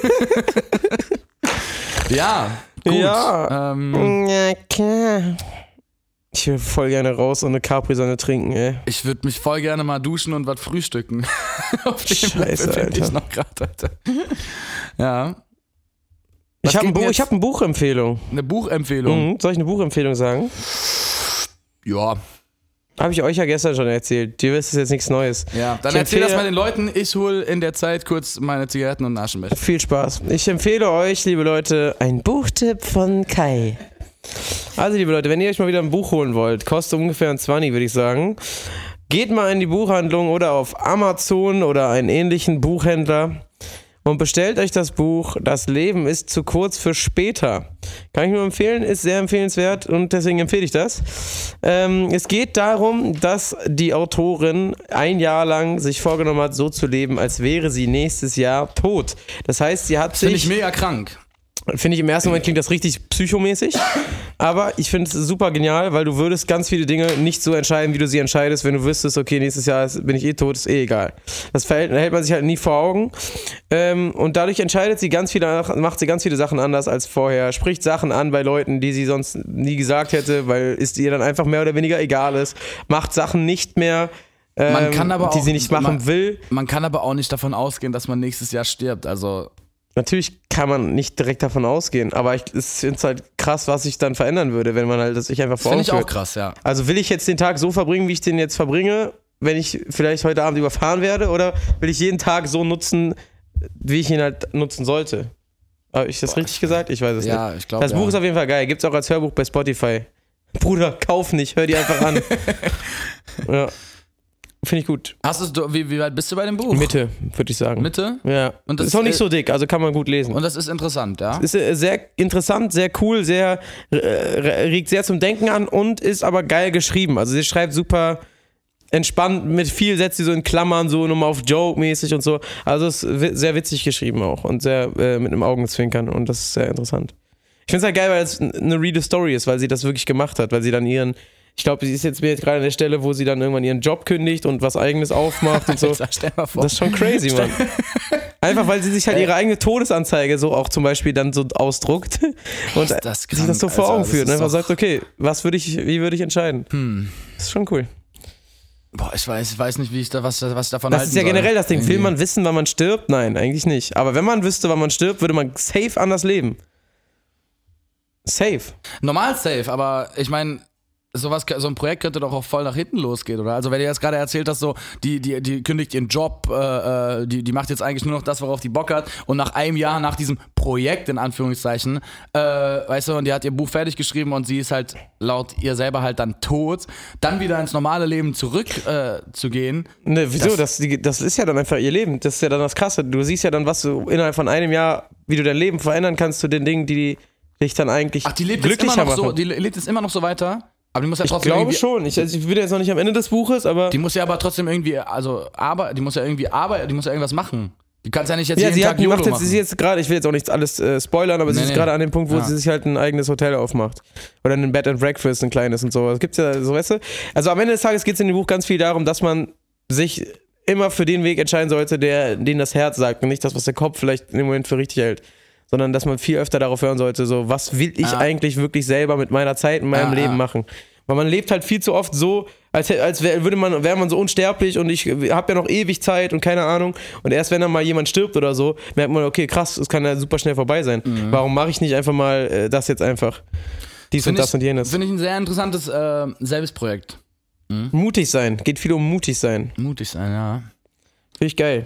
ja, gut. Ja. Ähm, Ja, klar. Ich will voll gerne raus und eine Capri-Sonne trinken, ey. ich würde mich voll gerne mal duschen und was frühstücken. Auf dem Scheiße, Level bin ich Alter. noch gerade, Alter. Ja. Ich Was habe ein geht Buch, denn ich hab eine Buchempfehlung. Eine Buchempfehlung. Mhm. Soll ich eine Buchempfehlung sagen? Ja. Habe ich euch ja gestern schon erzählt. Dir ist es jetzt nichts Neues. Ja. Dann Ich erzähl das empfehle- mal den Leuten. Ich hole in der Zeit kurz meine Zigaretten und einen Aschenbecher. Viel Spaß. Ich empfehle euch, liebe Leute, ein Buchtipp von Kai. Also, liebe Leute, wenn ihr euch mal wieder ein Buch holen wollt, kostet ungefähr ein zwanzig, würde ich sagen. Geht mal in die Buchhandlung oder auf Amazon oder einen ähnlichen Buchhändler und bestellt euch das Buch Das Leben ist zu kurz für später. Kann ich nur empfehlen, ist sehr empfehlenswert und deswegen empfehle ich das. Ähm, es geht darum, dass die Autorin ein Jahr lang sich vorgenommen hat, so zu leben, als wäre sie nächstes Jahr tot. Das heißt, sie hat Finde ich sich... mega krank. Finde ich im ersten Moment klingt das richtig psychomäßig, aber ich finde es super genial, weil du würdest ganz viele Dinge nicht so entscheiden, wie du sie entscheidest, wenn du wüsstest, okay, nächstes Jahr ist- bin ich eh tot, ist eh egal. Das verhält, hält man sich halt nie vor Augen ähm, und dadurch entscheidet sie ganz viele, macht sie ganz viele Sachen anders als vorher, spricht Sachen an bei Leuten, die sie sonst nie gesagt hätte, weil es ihr dann einfach mehr oder weniger egal ist, macht Sachen nicht mehr, ähm, Man kann aber die auch- sie nicht machen man- will. Man kann aber auch nicht davon ausgehen, dass man nächstes Jahr stirbt. Also, Natürlich kann man nicht direkt davon ausgehen, aber ich finde es halt krass, was sich dann verändern würde, wenn man halt das sich einfach das vor finde Augen ich auch führt. krass, ja. Also will ich jetzt den Tag so verbringen, wie ich den jetzt verbringe, wenn ich vielleicht heute Abend überfahren werde, oder will ich jeden Tag so nutzen, wie ich ihn halt nutzen sollte? Habe ich das richtig gesagt? Ich weiß es Ja, nicht. ich glaube, Das Buch ja. ist auf jeden Fall geil. Gibt's auch als Hörbuch bei Spotify. Bruder, kauf nicht, hör die einfach an. Ja. Finde ich gut. Hast du's, du- wie, wie weit bist du bei dem Buch? Mitte, würde ich sagen. Mitte? Ja. Und das ist auch nicht ist- so dick, also kann man gut lesen. Und das ist interessant, ja? Ist äh, sehr interessant, sehr cool, sehr äh, regt sehr zum Denken an und ist aber geil geschrieben. Also sie schreibt super entspannt, mit viel setzt sie so in Klammern, so nochmal auf Joke-mäßig und so. Also es ist wi- sehr witzig geschrieben auch und sehr äh, mit einem Augenzwinkern und das ist sehr interessant. Ich finde es halt geil, weil es eine real Story ist, weil sie das wirklich gemacht hat, weil sie dann ihren, ich glaube, sie ist jetzt mir jetzt gerade an der Stelle, wo sie dann irgendwann ihren Job kündigt und was Eigenes aufmacht und so. Alter, stell mal vor. Das ist schon crazy, Mann. Einfach, weil sie sich halt ihre eigene Todesanzeige so auch zum Beispiel dann so ausdruckt und Ist das sich das so krank, vor Alter. Augen Das führt und ist einfach doch- sagt, okay, was würde ich, wie würde ich entscheiden? Hm. Das ist schon cool. Boah, ich weiß, ich weiß nicht, wie ich da was, was ich davon Das halten ist ja soll. generell das Ding. Will Irgendwie. man wissen, wann man stirbt? Nein, eigentlich nicht. Aber wenn man wüsste, wann man stirbt, würde man safe anders leben. Safe. Normal safe, aber ich meine, sowas, so ein Projekt könnte doch auch voll nach hinten losgehen, oder? Also wenn du jetzt gerade erzählt hast, so, die, die, die kündigt ihren Job, äh, die, die macht jetzt eigentlich nur noch das, worauf die Bock hat, und nach einem Jahr, nach diesem Projekt, in Anführungszeichen, äh, weißt du, und die hat ihr Buch fertig geschrieben und sie ist halt laut ihr selber halt dann tot, dann wieder ins normale Leben zurück äh, zu gehen. Ne, wieso? Das- Das, die, das ist ja dann einfach ihr Leben. Das ist ja dann das Krasse. Du siehst ja dann, was du innerhalb von einem Jahr, wie du dein Leben verändern kannst zu den Dingen, die dich dann eigentlich Ach, die lebt jetzt glücklicher immer noch so, machen. die lebt jetzt immer noch so weiter, aber die muss ja Ich trotzdem glaube irgendwie, schon. Ich, also ich bin jetzt noch nicht am Ende des Buches, aber die muss ja aber trotzdem irgendwie, also, aber, die muss ja irgendwie arbeiten, die muss ja irgendwas machen. Die kannst ja nicht jetzt ja, jeden sie Tag hat, YOLO macht jetzt, machen. sie ist jetzt gerade, ich will jetzt auch nichts alles äh, spoilern, aber sie Nee, ist nee. gerade an dem Punkt, wo Ja. sie sich halt ein eigenes Hotel aufmacht. Oder ein Bed and Breakfast, ein kleines und so. Das gibt's ja so, weißt du? Also am Ende des Tages geht es in dem Buch ganz viel darum, dass man sich immer für den Weg entscheiden sollte, der, den das Herz sagt und nicht das, was der Kopf vielleicht in dem Moment für richtig hält. Sondern dass man viel öfter darauf hören sollte, so, was will ich Ja. eigentlich wirklich selber mit meiner Zeit, in meinem Ja, Leben ja. machen? Weil man lebt halt viel zu oft so, als, als wär, würde man, wäre man so unsterblich und ich habe ja noch ewig Zeit und keine Ahnung. Und erst wenn dann mal jemand stirbt oder so, merkt man, okay, krass, es kann ja super schnell vorbei sein. Mhm. Warum mache ich nicht einfach mal äh, das jetzt einfach? Dies und Finde das ich, und jenes. Finde ich ein sehr interessantes äh, Selbstprojekt. Mutig sein, geht viel um mutig sein. Mutig sein, ja. Finde ich geil.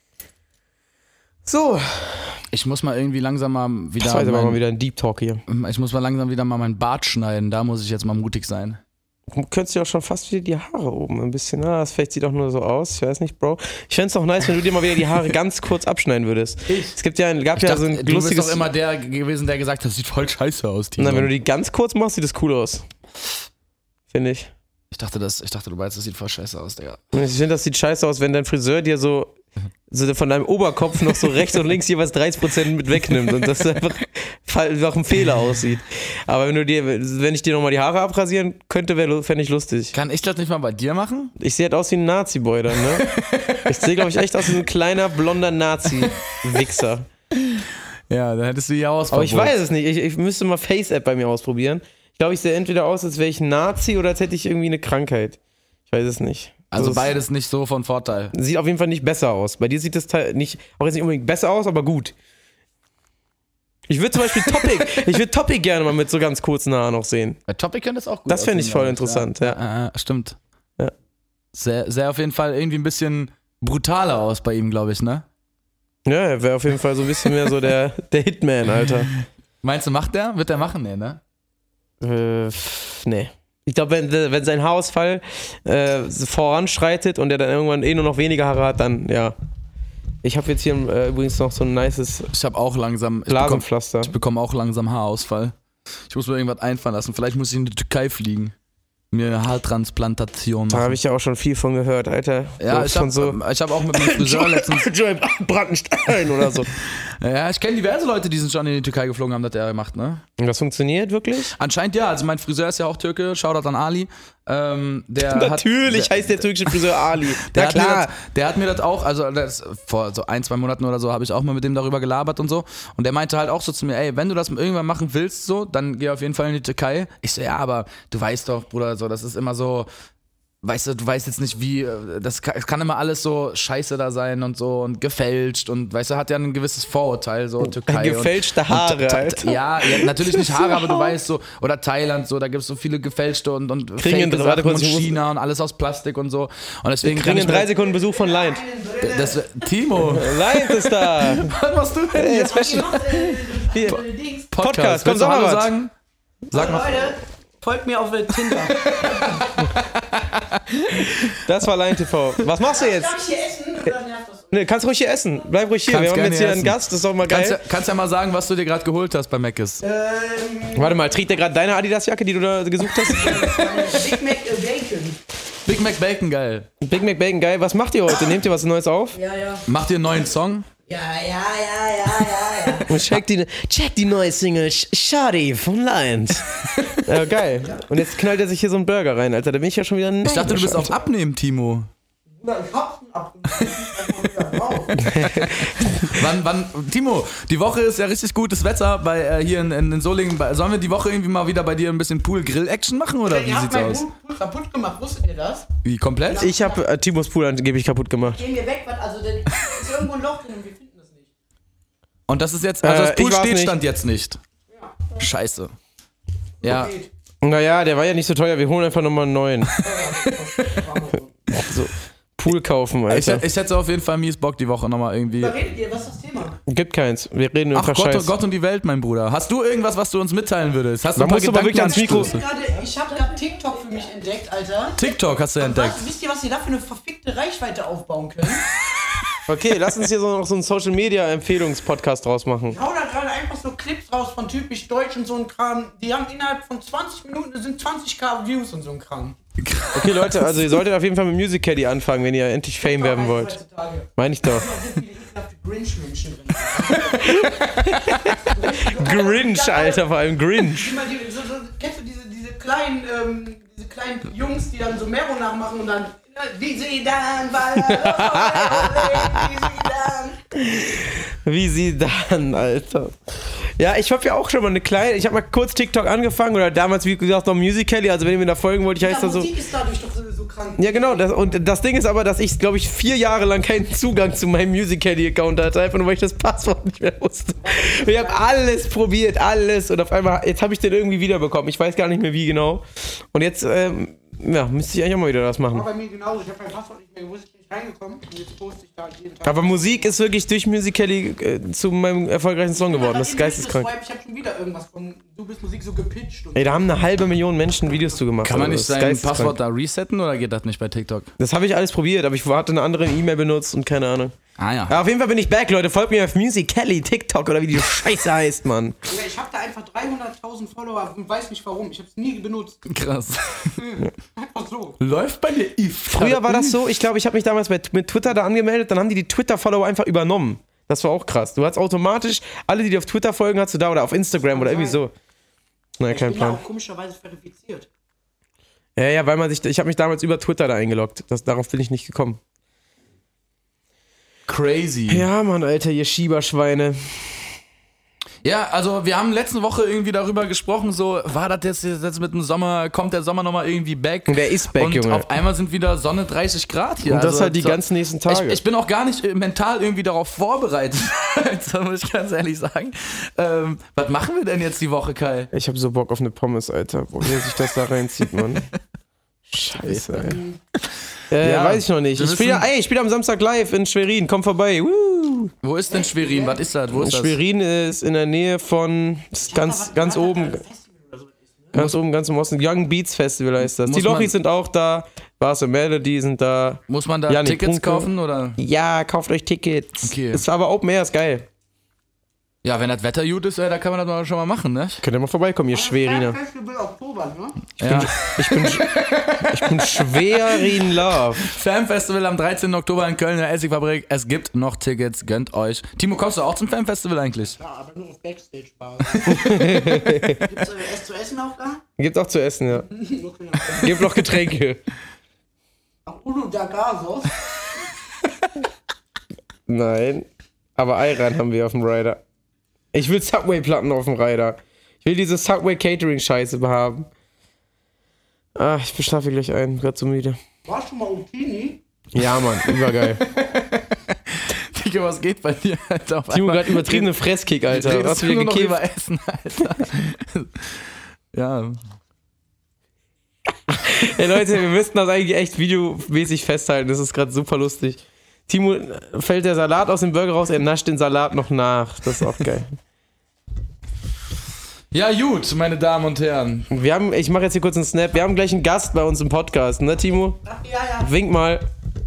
So, Ich muss mal irgendwie langsam mal wieder. das war jetzt aber mal mein, wieder ein Deep Talk hier. ich muss mal langsam wieder mal meinen Bart schneiden. Da muss ich jetzt mal mutig sein. Du könntest dir auch schon fast wieder die Haare oben ein bisschen, ah, das vielleicht sieht auch nur so aus, ich weiß nicht, Bro. Ich fände es doch nice, wenn du dir mal wieder die Haare ganz kurz abschneiden würdest. Ich? Es gibt ja, ein, gab Ich ja dachte, so ein du bist lustiges... doch immer der gewesen, der gesagt hat, das sieht voll scheiße aus, Timo. Nein, wenn du die ganz kurz machst, sieht das cool aus. Finde ich. ich dachte, das, ich dachte, du meinst, das sieht voll scheiße aus, Digga. Und ich finde, das sieht scheiße aus, wenn dein Friseur dir so, so von deinem Oberkopf noch so rechts und links jeweils dreißig Prozent mit wegnimmt und das einfach nach einem Fehler aussieht. Aber wenn du dir, wenn ich dir nochmal die Haare abrasieren könnte, fände ich lustig. Kann ich das nicht mal bei dir machen? Ich sehe halt aus wie ein Nazi-Boy dann, ne? Ich sehe, glaube ich, echt aus wie ein kleiner, blonder Nazi-Wichser. Ja, dann hättest du ja aus. Aber ich weiß es nicht. Ich, ich müsste mal Face-App bei mir ausprobieren. Ich glaube, ich sehe entweder aus, als wäre ich ein Nazi oder als hätte ich irgendwie eine Krankheit. Ich weiß es nicht. Also es beides nicht so von Vorteil. sieht auf jeden Fall nicht besser aus. Bei dir sieht das Teil nicht, auch jetzt nicht unbedingt besser aus, aber gut. Ich würde zum Beispiel Topic, ich würde Topic gerne mal mit so ganz kurzen Haaren noch sehen. Bei Topic könnte es auch gut Das fände ich aussehen, voll glaub interessant, ja. Ja, äh, stimmt. Ja. Sehr, sehr auf jeden Fall irgendwie ein bisschen brutaler aus bei ihm, glaube ich, ne? Ja, er wäre auf jeden Fall so ein bisschen mehr so der, der Hitman, Alter. Meinst du, macht der? Wird der machen? Nee, ne? Äh, pff, nee. Ich glaube, wenn, wenn sein Haarausfall äh, voranschreitet und er dann irgendwann eh nur noch weniger Haare hat, dann ja. Ich habe jetzt hier äh, übrigens noch so ein nices Ich habe auch langsam. Ich bekomme Blasenpflaster. bekomm auch langsam Haarausfall. Ich muss mir irgendwas einfallen lassen. Vielleicht muss ich in die Türkei fliegen. Mir eine Haartransplantation Da habe machen. ich ja auch schon viel von gehört, Alter. Ja, So ich von habe so ich hab auch mit meinem Friseur letztens. Joel Brandenstein oder so. Ja, ich kenne diverse Leute, die sind schon in die Türkei geflogen haben, dass der macht, ne? Und das funktioniert wirklich? Anscheinend ja. Also mein Friseur ist ja auch Türke. Shoutout an Ali. Ähm, der Natürlich hat, der, heißt der türkische Friseur Ali. Der, Ja hat mir klar. das, der hat mir das auch, also das, vor so ein, zwei Monaten oder so habe ich auch mal mit dem darüber gelabert und so. Und der meinte halt auch so zu mir, ey, wenn du das irgendwann machen willst, so, dann geh auf jeden Fall in die Türkei. Ich so, ja, aber du weißt doch, Bruder, so, das ist immer so, weißt du, du weißt jetzt nicht wie, das kann, es kann immer alles so scheiße da sein und so und gefälscht und weißt du, hat ja ein gewisses Vorurteil, so Türkei. Gefälschte und, Haare, und, Alter. Ja, ja, natürlich nicht Haare, aber du weißt so, oder Thailand, so, da gibt es so viele gefälschte und, und Kriegen in- fake warte Sachen kurz, und ich muss- China und alles aus Plastik und so. Und deswegen Wir kann kriegen ich in mir- drei Sekunden Besuch von Lion. das, Timo, Lion ist da. was machst du denn Hey, hier? Special. Hier. Podcast, Podcast, komm, willst du sag mal Hallo was. sagen? Sag mal. Leute, folgt mir auf Tinder. Das war Lion T V. Was machst du jetzt? Darf ich hier essen oder nervt das? Ne, kannst ruhig hier essen. Bleib ruhig hier. Kannst Wir haben gerne jetzt hier hier einen essen. Gast, das ist doch mal Kannst ja, geil. kannst ja mal sagen, was du dir gerade geholt hast bei Mc's. Ähm, Warte mal, trägt der gerade deine Adidas-Jacke, die du da gesucht hast? Big Mac äh, Bacon. Big Mac Bacon, geil. Big Mac Bacon, geil. Was macht ihr heute? Nehmt ihr was Neues auf? Ja, ja. Macht ihr einen neuen Song? Ja, ja, ja, ja, ja, ja. Und check die, check die neue Single Sh- Shawty von Lions. Ja, geil. Und jetzt knallt er sich hier so einen Burger rein, Alter. Da bin ich ja schon wieder Ich dachte, du bist neidisch, auf Abnehmen, Timo. Na, ich hab's ab. Wann, wann, Timo, die Woche ist ja richtig gutes Wetter bei, äh, hier in, in, in Solingen. Bei, sollen wir die Woche irgendwie mal wieder bei dir ein bisschen Pool-Grill-Action machen oder wie Ihr habt sieht's mein aus? Pool- kaputt gemacht, wusstet ihr das? Wie, komplett? Ich habe äh, Timos Pool angeblich kaputt gemacht. Gehen wir weg, was, also denn, ist irgendwo ein Loch drin und wir finden das nicht. Und das ist jetzt, also das Äh, Pool ich war's steht nicht. stand jetzt nicht. Ja. Scheiße. Ja. Geht. Naja, der war ja nicht so teuer, wir holen einfach nochmal einen neuen. So, Pool kaufen, Ich, Alter. ich hätte auf jeden Fall mies Bock die Woche nochmal irgendwie. Worüber redet ihr? Was ist das Thema? Gibt keins. Wir reden über Ach Gott, Scheiß. Gott und die Welt, mein Bruder. Hast du irgendwas, was du uns mitteilen würdest? Hast du Da ein paar musst du aber wirklich ans Mikro. Gedankenanstöße? Gerade, ich habe gerade TikTok für mich entdeckt, Alter. TikTok hast du entdeckt. Was, wisst ihr, was ihr da für eine verfickte Reichweite aufbauen könnt? Okay, lass uns hier so noch so einen Social Media Empfehlungspodcast draus machen. Ich hau da gerade einfach so Clips raus von typisch Deutsch und so ein Kram. Die haben innerhalb von zwanzig Minuten sind zwanzigtausend Views und so ein Kram. Okay, Leute, also ihr solltet auf jeden Fall mit Music Caddy anfangen, wenn ihr endlich Fame werden wollt. Heutzutage. Meine ich doch. Da sind viele ekelhafte Grinch-Menschen drin. Grinch, Alter, vor allem Grinch. Immer die, so, so, kennst du diese, diese kleinen, ähm, diese kleinen Jungs, die dann so Mero nachmachen und dann wie sie dann, weil wie sie dann. Wie sie dann, Alter. Ja, ich habe ja auch schon mal eine kleine, ich habe mal kurz TikTok angefangen oder damals, wie gesagt, noch Musical.ly, also wenn ihr mir da folgen wollt, ich heiße Ja, da so. Musik ist dadurch doch so, so krank. Ja, genau, das, und das Ding ist aber, dass ich, glaube ich, vier Jahre lang keinen Zugang zu meinem Musical.ly-Account hatte, einfach nur, weil ich das Passwort nicht mehr wusste. Ich habe alles probiert, alles, und auf einmal, jetzt habe ich den irgendwie wiederbekommen, ich weiß gar nicht mehr wie genau. Und jetzt, ähm, ja, müsste ich eigentlich auch mal wieder das machen. War bei mir genauso, ich habe mein Passwort nicht mehr gewusst, ich bin nicht reingekommen und jetzt poste ich da jeden Tag. Aber Musik ist wirklich durch Musical.ly äh, zu meinem erfolgreichsten Song geworden, das ist geisteskrank. Ich habe schon wieder irgendwas von Du bist Musik so gepitcht. Und Ey, da haben eine halbe Million Menschen Videos zu gemacht. Kann man also, nicht das ist sein geisteskrank. Passwort da resetten oder geht das nicht bei TikTok? Das habe ich alles probiert, aber ich hatte eine andere E-Mail benutzt und keine Ahnung. Ah ja. Ja, auf jeden Fall bin ich back, Leute. Folgt mir auf Musical.ly, TikTok oder wie die Scheiße heißt, Mann. Ja, ich habe da einfach dreihunderttausend Follower und weiß nicht warum. Ich habe es nie benutzt. Krass. Einfach so. Läuft bei dir if. Früher war das so, ich glaube, ich habe mich damals mit, mit Twitter da angemeldet, dann haben die die Twitter-Follower einfach übernommen. Das war auch krass. Du hattest automatisch, alle, die dir auf Twitter folgen, hast du da oder auf Instagram oder irgendwie so. Naja, kein Ich bin ja Plan. auch komischerweise verifiziert. Ja, ja, weil man sich, ich habe mich damals über Twitter da eingeloggt. Das, darauf bin ich nicht gekommen. Crazy. Ja, Mann, Alter, ihr Schieberschweine. Ja, also wir haben letzte Woche irgendwie darüber gesprochen, so, war das jetzt, jetzt mit dem Sommer, kommt der Sommer nochmal irgendwie back? Und der ist back, und Junge. auf einmal sind wieder Sonne dreißig Grad hier. Und das also, halt die so, ganzen nächsten Tage. Ich, ich bin auch gar nicht äh, mental irgendwie darauf vorbereitet, also, muss ich ganz ehrlich sagen. Ähm, was machen wir denn jetzt die Woche, Kai? Ich hab so Bock auf eine Pommes, Alter. Wo wer sich das da reinzieht, Mann. Scheiße, ey. Äh, Ja, weiß ich noch nicht. wir Ich spiele müssen- ey, ich spiele am Samstag live in Schwerin. Komm vorbei. Woo. Wo ist denn Schwerin? Was ist das? Wo ist das? Schwerin ist in der Nähe von ist ganz, ganz oben. Ganz oben, ganz im Osten. Young Beats Festival heißt das. Muss Die Lochis man- sind auch da. Bars and Melody sind da. Muss man da Janik Tickets Brunke. kaufen oder? Ja, kauft euch Tickets. Okay. Ist aber Open Air, ist geil. Ja, wenn das Wetter gut ist, äh, da kann man das mal schon mal machen, ne? Könnt ihr mal vorbeikommen, ihr Schweriner. Festival Oktober, ne? Ja. Ich bin, ich bin Schwerin Love. Fanfestival am dreizehnten Oktober in Köln in der Essigfabrik. Es gibt noch Tickets, gönnt euch. Timo, kommst du auch zum Fanfestival eigentlich? Ja, aber nur auf Backstage-Basis. Gibt's äh, es zu essen auch da? Gibt's auch zu essen, ja. Okay. Gibt noch Getränke. Ach, Uno da Gasos. Nein. Aber Ayran haben wir auf dem Rider. Ich will Subway-Platten auf dem Rider. Ich will diese Subway-Catering-Scheiße haben. Ah, ich beschlafe gleich ein. Gerade so müde. Warst du schon mal Utini? Ja, Mann. Übergeil. Digga, was geht bei dir, Alter? Auf Timo einmal gerade übertriebene Fresskick, Alter. redest Was du wir nur noch gekifft. über Essen, Alter. Ja. Ey, Leute, wir müssten das eigentlich echt videomäßig festhalten. Das ist gerade super lustig. Timo fällt der Salat aus dem Burger raus, er nascht den Salat noch nach. Das ist auch geil. Ja, gut, meine Damen und Herren. Wir haben, ich mache jetzt hier kurz einen Snap. Wir haben gleich einen Gast bei uns im Podcast, ne, Timo? Ach, ja, ja. Wink mal.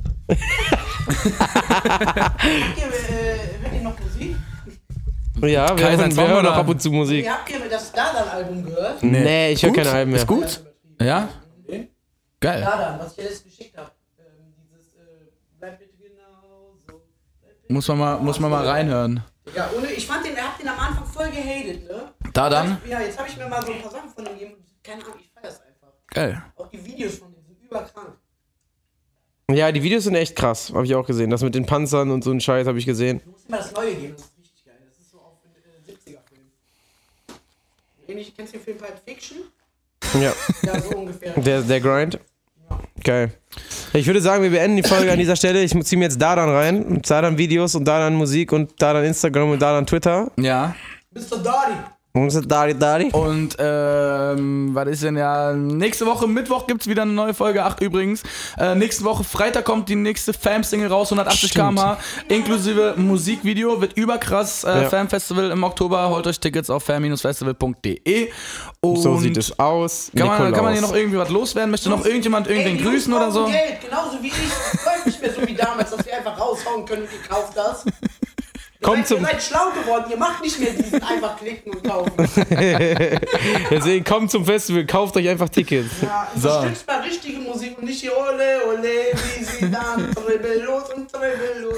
Habt ihr, äh, hört ihr noch Musik? Ja, wir, Kai, sein hören, wir Song hören oder? auch ab und zu Musik. Habt ihr das Dadan-Album gehört? Nee, ich höre Gut? keine Alben mehr. Ist gut? Ja? Geil. Dadan, was ich dir jetzt geschickt habe. Ähm, dieses, äh, bleib bitte genau so. Bleib bitte Muss man mal, muss man mal reinhören. Ja, ohne, ich fand den, er hat den am Anfang voll gehatet, ne? Da dann? Ja, jetzt habe ich mir mal so ein paar Sachen von dem gegeben und keine Ahnung, ich feiere es einfach. Geil. Auch die Videos von dem sind überkrank. Ja, die Videos sind echt krass, habe ich auch gesehen. Das mit den Panzern und so ein Scheiß habe ich gesehen. Du musst immer das Neue geben, das ist richtig geil. Das ist so auf äh, siebziger-Film. Ähnlich, kennst du den Film Pulp Fiction? Ja, Ja, so ungefähr. der, der Grind. Geil. Ich würde sagen, wir beenden die Folge an dieser Stelle. Ich ziehe mir jetzt da dann rein. Da dann Videos und da dann Musik und da dann Instagram und da dann Twitter. Ja. Mister Dari. Und das ist Dari Dari. Und ähm, was ist denn ja? Nächste Woche Mittwoch gibt's wieder eine neue Folge. Ach übrigens, äh, nächste Woche Freitag kommt die nächste Fam-Single raus, hundertachtzig Kilometer pro Stunde, inklusive Musikvideo. Wird überkrass. Äh, Ja. Fam-Festival im Oktober. Holt euch Tickets auf fam festival punkt de. Und So sieht es aus. Kann man, Nikolaus. kann man hier noch irgendwie was loswerden? Möchte noch irgendjemand irgendwen Ey, die Jungs grüßen oder so? brauchen Geld, genauso wie ich. Es läuft nicht mehr so wie damals, dass wir einfach raushauen können und ihr kauft das. Ihr Kommt seid, zum- ihr seid schlau geworden, ihr macht nicht mehr diesen einfach klicken und kaufen. Deswegen kommt zum Festival, kauft euch einfach Tickets. Ja, unterstützt mal richtige Musik und nicht hier ole ole, wie sie dann dribbellos und dribbellos.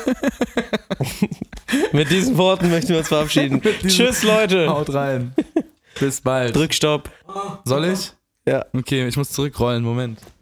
Mit diesen Worten möchten wir uns verabschieden. Tschüss, Leute. Haut rein. Bis bald. Drück Stopp. Soll ich? Ja. Okay, ich muss zurückrollen. Moment.